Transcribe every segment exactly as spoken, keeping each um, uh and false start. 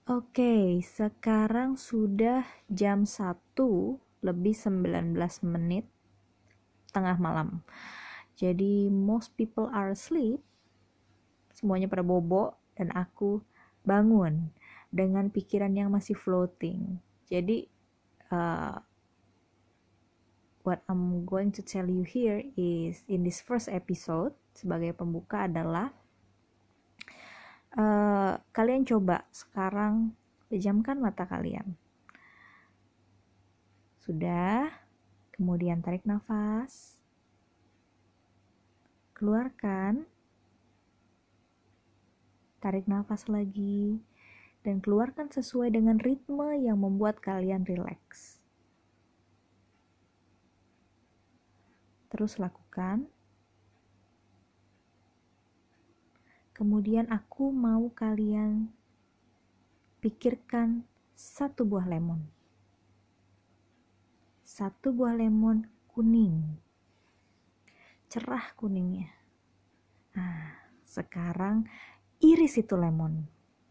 Oke, sekarang sudah jam satu lebih sembilan belas menit tengah malam. Jadi most people are asleep, semuanya pada bobo, dan aku bangun dengan pikiran yang masih floating. Jadi uh, what I'm going to tell you here is in this first episode sebagai pembuka adalah uh, kalian coba sekarang pejamkan mata kalian. Sudah, kemudian tarik nafas, keluarkan, tarik nafas lagi, dan keluarkan sesuai dengan ritme yang membuat kalian rileks. Terus lakukan. Kemudian aku mau kalian pikirkan satu buah lemon. Satu buah lemon kuning. Cerah kuningnya. Nah, sekarang iris itu lemon.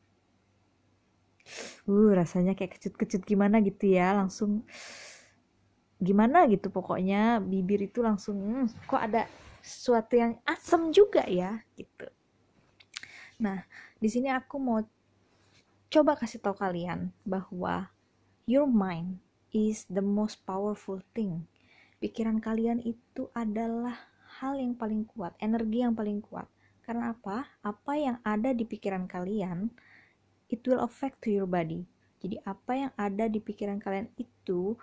Uh, rasanya kayak kecut-kecut gimana gitu ya, langsung gimana gitu pokoknya bibir itu langsung hmm, kok ada sesuatu yang asam juga ya gitu. Nah, di sini aku mau coba kasih tahu kalian bahwa your mind is the most powerful thing. Pikiran kalian itu adalah hal yang paling kuat, energi yang paling kuat. Karena apa? Apa yang ada di pikiran kalian, it will affect to your body. Jadi apa yang ada di pikiran kalian itu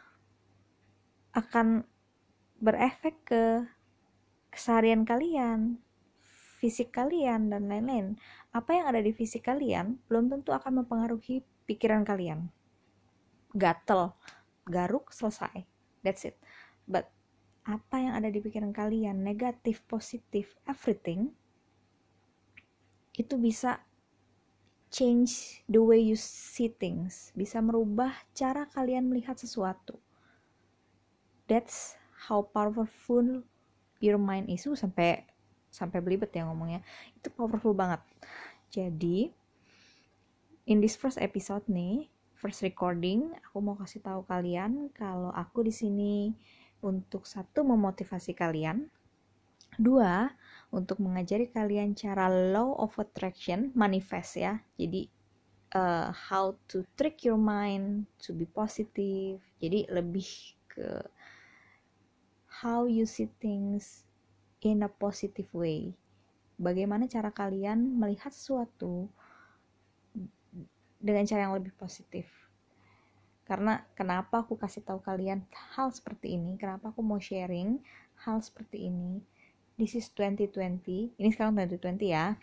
akan berefek ke keseharian kalian, fisik kalian, dan lain-lain. Apa yang ada di fisik kalian belum tentu akan mempengaruhi pikiran kalian. Gatel, garuk, selesai. That's it. But apa yang ada di pikiran kalian, negatif, positif, everything, itu bisa change the way you see things, bisa merubah cara kalian melihat sesuatu. That's how powerful your mind is. Uh, sampai sampai belibet ya ngomongnya. Itu powerful banget. Jadi in this first episode nih, first recording, aku mau kasih tahu kalian kalau aku di sini untuk satu memotivasi kalian, dua untuk mengajari kalian cara law of attraction, manifest ya. Jadi uh, how to trick your mind to be positive. Jadi lebih ke how you see things in a positive way. Bagaimana cara kalian melihat sesuatu dengan cara yang lebih positif. Karena kenapa aku kasih tahu kalian hal seperti ini, kenapa aku mau sharing hal seperti ini. This is twenty twenty, ini sekarang twenty twenty ya.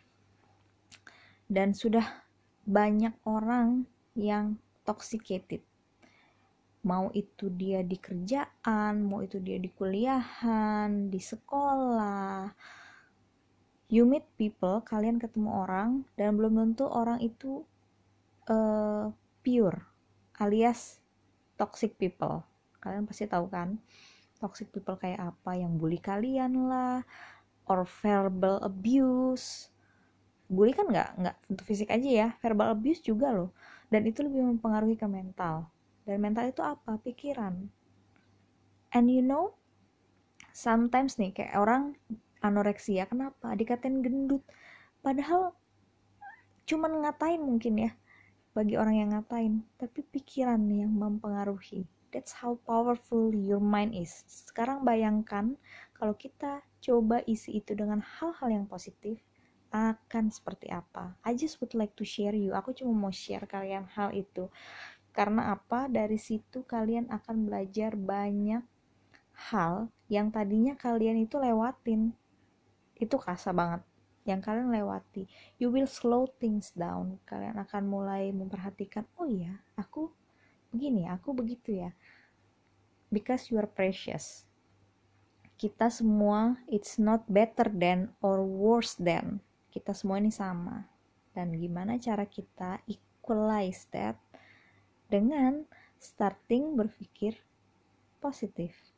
Dan sudah banyak orang yang toxicated. Mau itu dia di kerjaan, mau itu dia di kuliahan, di sekolah. You meet people, kalian ketemu orang, dan belum tentu orang itu uh, pure, alias toxic people. Kalian pasti tahu kan toxic people kayak apa, yang bully kalian lah, or verbal abuse. Bully kan nggak nggak tentu fisik aja ya, verbal abuse juga loh, dan itu lebih mempengaruhi ke mental. Dan mental itu apa? Pikiran. And you know, sometimes nih kayak orang anoreksia, kenapa? Dikatain gendut, padahal cuman ngatain mungkin ya, bagi orang yang ngatain, tapi pikiran yang mempengaruhi. That's how powerful your mind is. Sekarang bayangkan kalau kita coba isi itu dengan hal-hal yang positif, akan seperti apa. I just would like to share you. Aku cuma mau share kalian hal itu. Karena apa? Dari situ kalian akan belajar banyak hal yang tadinya kalian itu lewatin. Itu kasar banget yang kalian lewati. You will slow things down. Kalian akan mulai memperhatikan, oh iya, aku begini, aku begitu ya. Because you are precious. Kita semua, it's not better than or worse than. Kita semua ini sama. Dan gimana cara kita equalize that? Dengan starting berpikir positif.